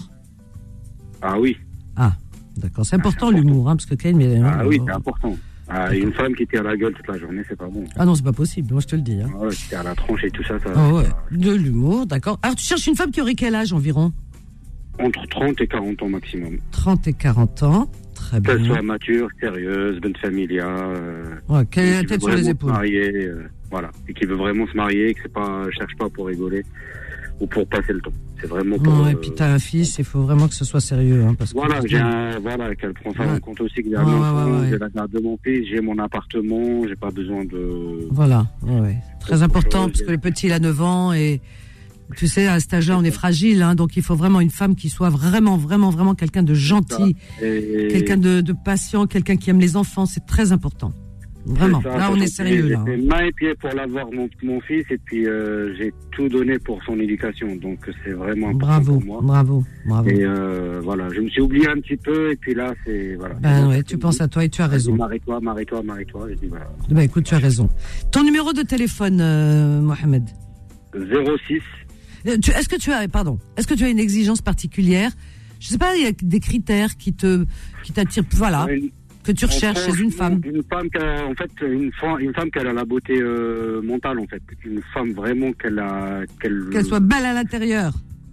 Ah oui. Ah, d'accord. C'est important, l'humour, hein, parce que Kane, mais Ah oui, c'est important. Ah, une femme qui tire la gueule toute la journée, c'est pas bon. Ah non, c'est pas possible. Moi, je te le dis. Hein. Ah ouais, qui tire la tronche et tout ça, ça. Ah ouais. De l'humour, d'accord. Alors, tu cherches une femme qui aurait quel âge environ? Entre trente et quarante ans maximum. trente et quarante ans, très bien. Qu'elle soit mature, sérieuse, bonne familia. Euh, Ouais, qu'elle ait la qui tête veut sur les vraiment épaules. se marier, euh, voilà. Et qui veut vraiment se marier, que c'est pas, cherche pas pour rigoler ou pour passer le temps. C'est vraiment pour. Ouais, et euh, puis t'as un fils, il faut vraiment que ce soit sérieux. Hein, parce que Voilà, j'ai un, voilà, qu'elle prend ça Ouais. en compte aussi que j'ai Ouais, un ouais, enfant, ouais, ouais. j'ai la garde de mon fils, j'ai mon appartement, j'ai pas besoin de. Voilà, ouais, ouais. Très important, parce que le petit, il a neuf ans et tu sais, à cet âge-là, on est fragile, hein, donc il faut vraiment une femme qui soit vraiment, vraiment, vraiment quelqu'un de gentil, Et- quelqu'un de, de patient, quelqu'un qui aime les enfants, c'est très important. Vraiment, C'est ça, là, on est sachant que sérieux, j'ai- là. J'ai fait main et pied pour l'avoir, mon, mon fils, et puis euh, j'ai tout donné pour son éducation, donc c'est vraiment important Bravo, pour moi. bravo, bravo. Et euh, voilà, je me suis oublié un petit peu, et puis là, c'est. Voilà. Ben ouais, tu penses à toi et tu as J'ai dit, raison. Marie-toi, marie-toi, marie-toi. J'ai dit voilà. Ben écoute, tu as raison. Ton numéro de téléphone, euh, Mohamed? zéro six. Euh, tu- Est-ce que tu as, pardon, est-ce que tu as une exigence particulière? Je sais pas, il y a des critères qui te, qui t'attirent, voilà, Une- que tu recherches en chez une France, femme. Une femme qui a, en fait, une, fa- une femme qui a la beauté euh, mentale, en fait. Une femme vraiment qu'elle a. Qu'elle, Qu'elle soit belle à l'intérieur.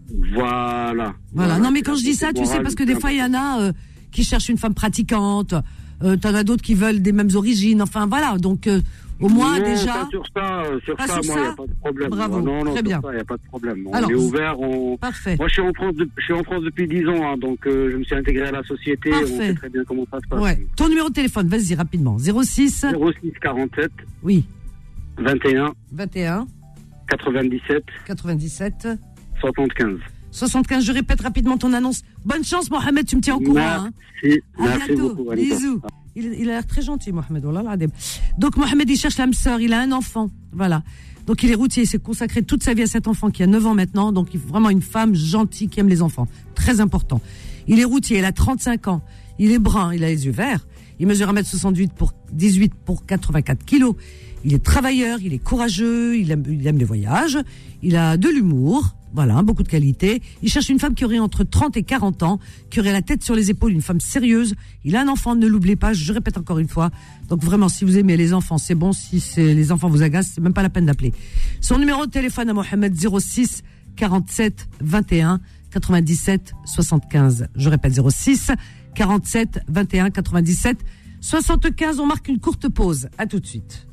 Voilà. Voilà. Non, mais quand je dis ça, tu sais, Morale, parce que des c'est fois, il y en a euh, qui cherchent une femme pratiquante. Euh, T'en as d'autres qui veulent des mêmes origines. Enfin, voilà. Donc, euh, au moins, non, déjà. pas sur ça, euh, sur Pas ça, sur moi, il n'y ça a pas de problème. Bravo, non, non, très sur bien. ça, il n'y a pas de problème. On Alors, est ouvert. On... Parfait. Moi, je suis en France, de- je suis en France depuis dix ans, hein, donc euh, je me suis intégré à la société. On Parfait. sait très bien comment ça se passe. Ouais. Ton numéro de téléphone, vas-y, rapidement. zéro six. zéro six quarante-sept. Oui. vingt et un. vingt et un. quatre-vingt-dix-sept. quatre-vingt-dix-sept. soixante-quinze. soixante-quinze. Je répète rapidement ton annonce. Bonne chance, Mohamed, tu me tiens au courant. Hein. Merci. À Merci bientôt. beaucoup, Anita. Bisous. Il, il a l'air très gentil, Mohamed. Wallah al-azim. Donc, Mohamed, il cherche l'âme sœur. Il a un enfant. Voilà. Donc, il est routier. Il s'est consacré toute sa vie à cet enfant qui a neuf ans maintenant. Donc, il faut vraiment une femme gentille qui aime les enfants. Très important. Il est routier. Il a trente-cinq ans. Il est brun. Il a les yeux verts. Il mesure un mètre soixante-huit pour dix-huit pour quatre-vingt-quatre kilos. Il est travailleur. Il est courageux. Il aime, il aime les voyages. Il a de l'humour. Voilà, beaucoup de qualité. Il cherche une femme qui aurait entre trente et quarante ans, qui aurait la tête sur les épaules, une femme sérieuse. Il a un enfant, ne l'oubliez pas, je répète encore une fois. Donc vraiment, si vous aimez les enfants, c'est bon. Si c'est, les enfants vous agacent, c'est même pas la peine d'appeler. Son numéro de téléphone à Mohamed, zéro six quarante-sept vingt et un quatre-vingt-dix-sept soixante-quinze. Je répète, zéro six quarante-sept vingt et un quatre-vingt-dix-sept soixante-quinze. On marque une courte pause. À tout de suite.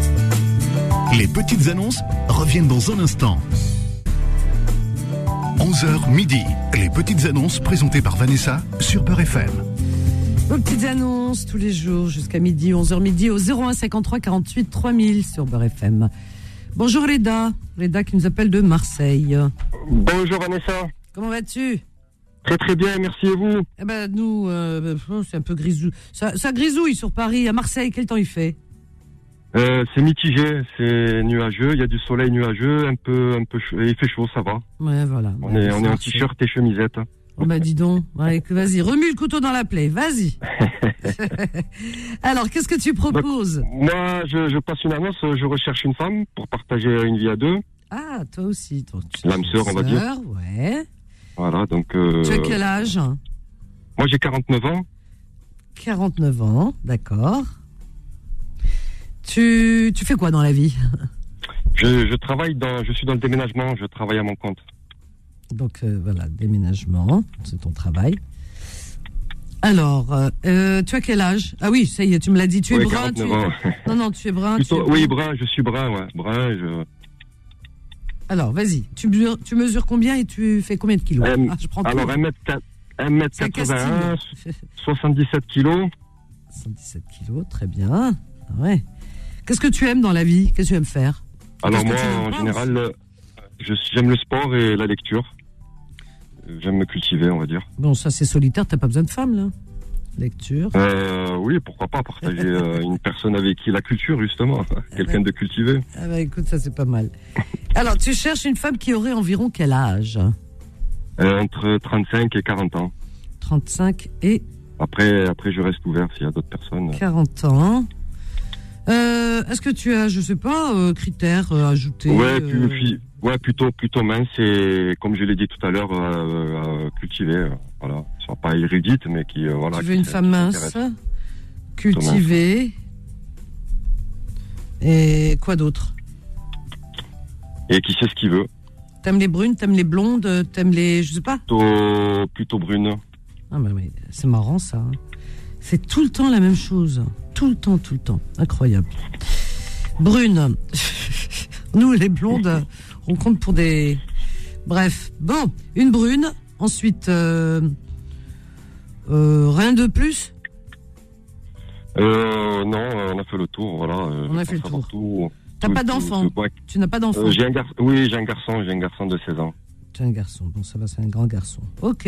Les petites annonces reviennent dans un instant. onze heures midi. Les petites annonces présentées par Vanessa sur Beurre F M. Vos petites annonces tous les jours jusqu'à midi, onze heures midi au zéro un cinquante-trois quarante-huit trois mille sur Beurre F M. Bonjour Reda, Reda qui nous appelle de Marseille. Bonjour Vanessa. Comment vas-tu? Très très bien, merci et vous? Eh ben nous, euh, c'est un peu grisou. Ça, ça grisouille sur Paris, à Marseille, quel temps il fait? euh, C'est mitigé, c'est nuageux, il y a du soleil nuageux, un peu, un peu chaud, il fait chaud, ça va. Ouais, voilà. On est, on est en t-shirt et chemisette. Oh bah dis donc, ouais, vas-y, remue le couteau dans la plaie, vas-y. Alors, qu'est-ce que tu proposes? Donc, moi, je, je passe une annonce, je recherche une femme pour partager une vie à deux. Ah, toi aussi. Toi, tu L'âme sœur, on va dire. Ouais. Voilà, donc... Euh, tu as quel âge? Moi, j'ai quarante-neuf ans. quarante-neuf ans, d'accord. Tu, tu fais quoi dans la vie? Je, je travaille dans... Je suis dans le déménagement, je travaille à mon compte. Donc, euh, voilà, déménagement, c'est ton travail. Alors, euh, euh, tu as quel âge? Ah oui, ça y est, tu me l'as dit, tu es ouais, brun. Tu es... ans. Non, non, tu es brun. Plutôt, tu es brun. Oui, brun, je suis brun, ouais. Brun, je... Alors, vas-y, tu mesures, tu mesures combien et tu fais combien de kilos? euh, ah, je prends Alors, un mètre quatre-vingt-un, soixante-dix-sept kilos. soixante-dix-sept kilos, très bien. Ah ouais. Qu'est-ce que tu aimes dans la vie? Qu'est-ce que tu aimes faire? Alors moi, en général, je, j'aime le sport et la lecture. J'aime me cultiver, on va dire. Bon, ça c'est solitaire, t'as pas besoin de femme, là. Lecture. Euh, oui, pourquoi pas partager euh, une personne avec qui la culture, justement. Quelqu'un de cultivé. Ah bah écoute, ça c'est pas mal. Alors, tu cherches une femme qui aurait environ quel âge? euh, Entre trente-cinq et quarante ans. trente-cinq et... Après, après, je reste ouvert s'il y a d'autres personnes. quarante ans. Euh, est-ce que tu as, je sais pas, euh, critères euh, ajoutés Ouais, euh... puis, puis, ouais, plutôt, plutôt mince et, comme je l'ai dit tout à l'heure, euh, euh, cultivée. Euh, voilà. Ils sont pas érudites, mais qui, euh, voilà. Tu veux qui, une femme mince, cultivée. Et quoi d'autre? Et qui sait ce qu'il veut. T'aimes les brunes, t'aimes les blondes, t'aimes les, je sais pas. Plutôt, plutôt brune. Ah mais, mais c'est marrant ça. Hein. C'est tout le temps la même chose. Tout le temps, tout le temps. Incroyable. Brune. Nous, les blondes, on compte pour des... Bref. Bon, une brune. Ensuite, euh, euh, rien de plus? Euh, non, on a fait le tour, voilà. On a fait le tour. Tout, T'as tout, pas tout, d'enfant? tout, ouais. Tu n'as pas d'enfant? euh, j'ai un gar... Oui, j'ai un garçon, j'ai un garçon de seize ans. Tu as un garçon. Bon, ça va, c'est un grand garçon. Ok.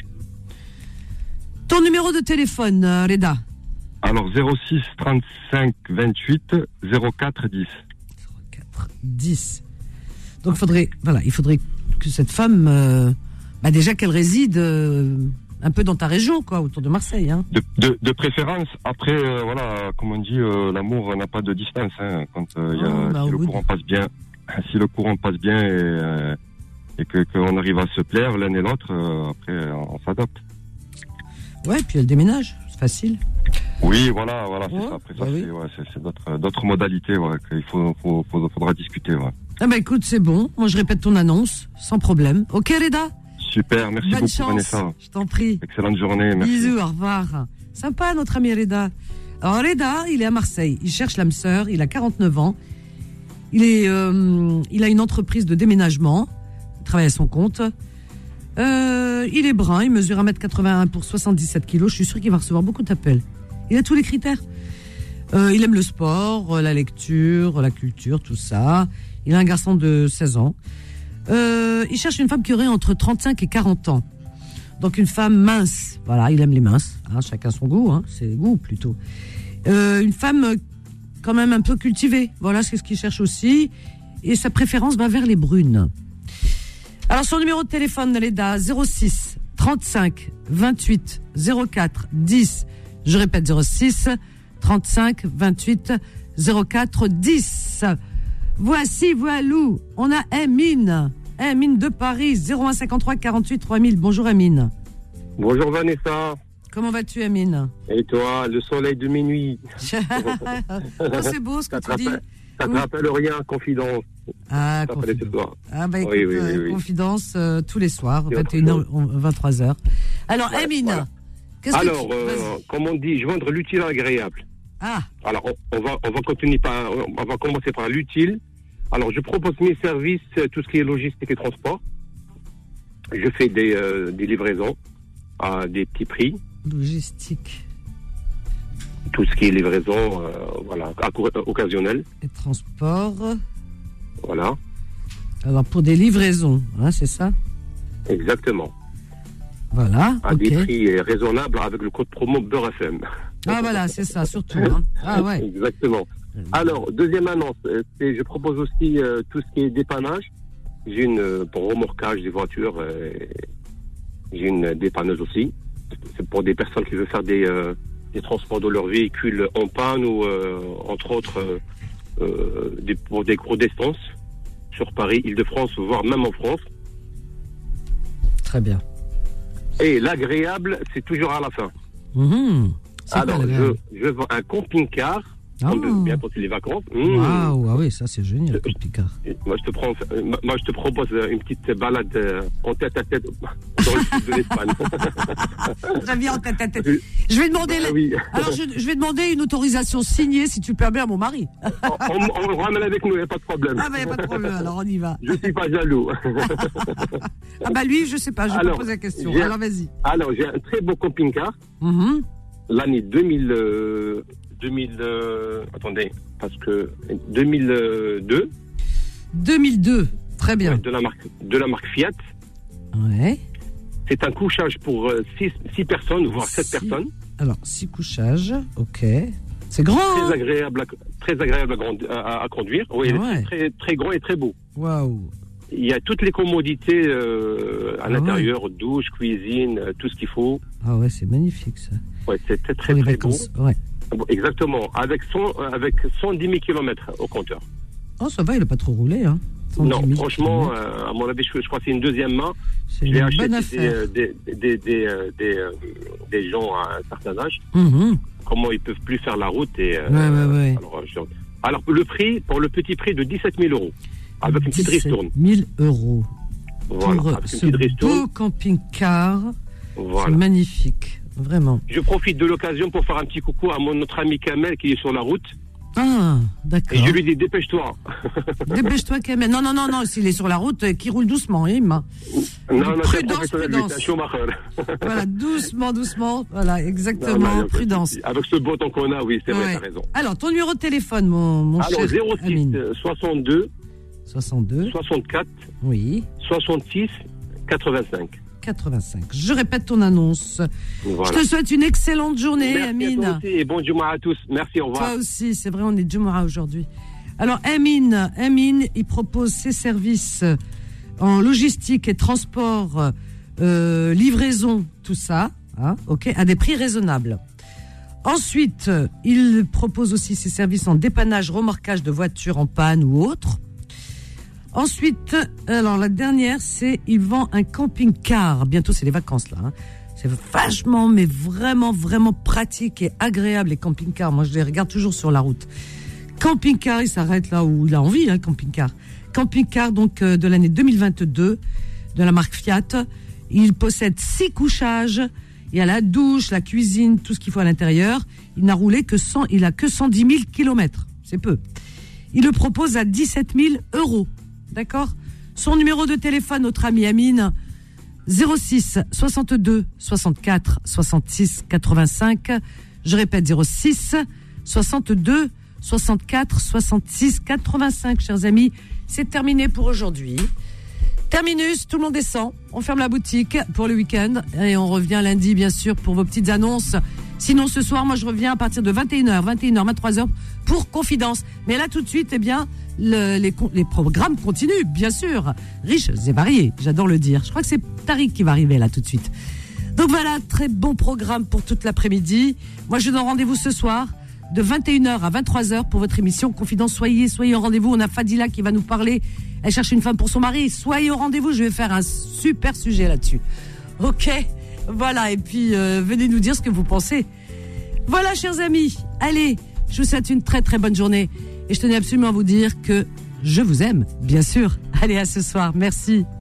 Ton numéro de téléphone, euh, Reda? Alors, zéro six trente-cinq vingt-huit zéro quatre dix. zéro quatre dix. Donc, faudrait, voilà, il faudrait que cette femme, euh, bah déjà qu'elle réside euh, un peu dans ta région, quoi, autour de Marseille. Hein. De, de, de préférence, après, euh, voilà, comme on dit, euh, l'amour n'a pas de distance. Hein, quand euh, y a, oh, bah, si le courant passe bien, si le courant passe bien et, euh, et que qu'on arrive à se plaire l'un et l'autre, euh, après, on, on s'adapte. Ouais, puis elle déménage, c'est facile. Oui, voilà, voilà, ouais, c'est ça. Après, ça, bah c'est, oui. ouais, c'est, c'est d'autres, d'autres modalités, ouais, qu'il faut, faut, faut, faudra discuter, ouais. Ah bah écoute, c'est bon. Moi, je répète ton annonce, sans problème. Ok, Reda? Super, merci Bonne beaucoup, chance, Vanessa. je t'en prie. Excellente journée, merci. Bisous, au revoir. Sympa, notre ami Reda. Alors, Reda, il est à Marseille. Il cherche l'âme sœur. Il a quarante-neuf ans. Il est, euh, il a une entreprise de déménagement. Il travaille à son compte. Euh, il est brun. Il mesure un mètre quatre-vingt-un pour soixante-dix-sept kilos. Je suis sûr qu'il va recevoir beaucoup d'appels. Il a tous les critères. Euh, il aime le sport, la lecture, la culture, tout ça. Il a un garçon de seize ans. Euh, il cherche une femme qui aurait entre trente-cinq et quarante ans. Donc une femme mince. Voilà, il aime les minces. Hein, chacun son goût, hein, c'est goût plutôt. Euh, une femme quand même un peu cultivée. Voilà, c'est ce qu'il cherche aussi. Et sa préférence va vers les brunes. Alors son numéro de téléphone, Leda, zéro six trente-cinq vingt-huit zéro quatre dix. Je répète, zéro six trente-cinq vingt-huit zéro quatre dix. Voici, voilou, on a Amine. Amine de Paris, zéro un cinquante-trois quarante-huit trois mille. Bonjour Amine. Bonjour Vanessa. Comment vas-tu Amine? Et toi, le soleil de minuit. Oh, c'est beau ce que tu dis. Ça ne te rappelle rien, confidence. Ah, confidence. Ah bah écoute, oui, oui, oui, oui. confidence euh, tous les soirs, vingt et une heures, vingt-trois heures. Alors ouais, Amine, voilà. Qu'est-ce Alors, que tu... euh, comme on dit, joindre l'utile à l'agréable. Ah. Alors, on, on, va, on va continuer par, on va commencer par l'utile. Alors, je propose mes services, tout ce qui est logistique et transport. Je fais des, euh, des livraisons à des petits prix. Logistique. Tout ce qui est livraison, euh, voilà, occasionnel. Et transport. Voilà. Alors, pour des livraisons, hein, c'est ça? Exactement. Voilà. À okay. des prix raisonnables avec le code promo Beurre F M. Ah voilà, c'est ça, surtout. Hein. Ah ouais. Exactement. Alors, deuxième annonce, c'est, je propose aussi euh, tout ce qui est dépannage. J'ai une, euh, pour remorquage des voitures, euh, j'ai une dépanneuse aussi. C'est pour des personnes qui veulent faire des, euh, des transports de leur véhicule en panne ou, euh, entre autres, euh, euh, des, pour des grosses distances sur Paris, Île-de-France, voire même en France. Très bien. Et l'agréable, c'est toujours à la fin. Mmh. Alors, je, je vends un camping-car. Oh. Bientôt c'est les vacances. Mmh. Waouh, ah oui, ça c'est génial, le camping-car. Moi je te prends, moi je te propose une petite balade en tête à tête dans le sud de l'Espagne. Très bien, en tête à tête. Je vais demander, ah, oui. alors je, je vais demander une autorisation signée, si tu le permets, à mon mari. on, on, on le ramène avec nous, il n'y a pas de problème. Ah ben il n'y a pas de problème, alors on y va. Je suis pas jaloux. Ah bah lui, je sais pas, je vais poser la question. Alors vas-y. Alors j'ai un très beau camping-car. Mm-hmm. L'année deux mille. Euh, deux mille, euh, attendez, parce que deux mille deux. deux mille deux, très bien. Ouais, de la marque, de la marque Fiat. Ouais. C'est un couchage pour six personnes, voire sept personnes. Alors, six couchages, ok. C'est grand. Très hein agréable, à, très agréable à, à, à conduire. Oui, ouais. C'est très, très grand et très beau. Waouh. Il y a toutes les commodités euh, à Ah l'intérieur, douche, cuisine, euh, tout ce qu'il faut. Ah ouais, c'est magnifique ça. Ouais, c'est très très, Pour les très beau. vacances, ouais. Bon, exactement, avec, cent, avec cent dix mille kilomètres au compteur. Oh, ça va, il n'a pas trop roulé, hein. Non, franchement, euh, à mon avis, je, je crois que c'est une deuxième main. C'est J'ai une acheté bonne des, affaire. des, des, des, euh, des, euh, des gens à un certain âge. Mhm. Comment ils peuvent plus faire la route et, euh, Ouais, ouais, ouais. Alors, je- alors, le prix, pour le petit prix de dix-sept mille euros, avec une petite ristourne. mille euros. Voilà, Pour avec une ce petite ristourne. beau camping-car. Voilà. C'est magnifique, vraiment. Je profite de l'occasion pour faire un petit coucou à mon notre ami Kamel qui est sur la route. Ah, d'accord. Et je lui dis, dépêche-toi. Dépêche-toi, Kamel. Non, non, non, non, s'il est sur la route, euh, qu'il roule doucement, hein, Imma. Non, non, c'est un Prudence, professionnel, lui, prudence. c'est un Schumacher. Voilà, doucement, doucement. Voilà, Non, exactement, non, y a pas de prudence. souci. Avec ce beau temps qu'on a, oui, c'est vrai, Ouais. t'as raison. Alors, ton numéro de téléphone, mon, mon Alors, cher zéro six Amine. soixante-deux soixante-deux. soixante-quatre Oui. soixante-six quatre-vingt-cinq. quatre-vingt-cinq. Je répète ton annonce. Voilà. Je te souhaite une excellente journée, Merci Amine. à toi aussi et bon Juma à tous. Merci, au revoir. Toi aussi, c'est vrai, on est Jumu'ah aujourd'hui. Alors, Amine, Amine, il propose ses services en logistique et transport, euh, livraison, tout ça, hein, ok, à des prix raisonnables. Ensuite, il propose aussi ses services en dépannage, remorquage de voitures en panne ou autre. Ensuite, alors la dernière, c'est il vend un camping-car. Bientôt, c'est les vacances là. Hein. C'est vachement, mais vraiment, vraiment pratique et agréable les camping-cars. Moi, je les regarde toujours sur la route. Camping-car, il s'arrête là où il a envie, hein, camping-car. Camping-car donc euh, de l'année deux mille vingt-deux, de la marque Fiat. Il possède six couchages. Il y a la douche, la cuisine, tout ce qu'il faut à l'intérieur. Il n'a roulé que cent, il a que cent dix mille kilomètres. C'est peu. Il le propose à dix-sept mille euros. D'accord? Son numéro de téléphone, notre ami Amine, zéro six soixante-deux soixante-quatre soixante-six quatre-vingt-cinq. Je répète, zéro six soixante-deux soixante-quatre soixante-six quatre-vingt-cinq, chers amis. C'est terminé pour aujourd'hui. Terminus, tout le monde descend. On ferme la boutique pour le week-end et on revient lundi, bien sûr, pour vos petites annonces. Sinon, ce soir, moi, je reviens à partir de vingt et une heures, vingt et une heures, vingt-trois heures pour Confidence. Mais là, tout de suite, eh bien, le, les, les programmes continuent, bien sûr. Riches et variés, j'adore le dire. Je crois que c'est Tariq qui va arriver là tout de suite. Donc voilà, très bon programme pour toute l'après-midi. Moi, je donne rendez-vous ce soir de vingt et une heures à vingt-trois heures pour votre émission Confidence. Soyez, soyez au rendez-vous. On a Fadila qui va nous parler. Elle cherche une femme pour son mari. Soyez au rendez-vous. Je vais faire un super sujet là-dessus. Ok, voilà. Et puis, euh, venez nous dire ce que vous pensez. Voilà, chers amis. Allez, je vous souhaite une très, très bonne journée. Et je tenais absolument à vous dire que je vous aime, bien sûr. Allez, à ce soir. Merci.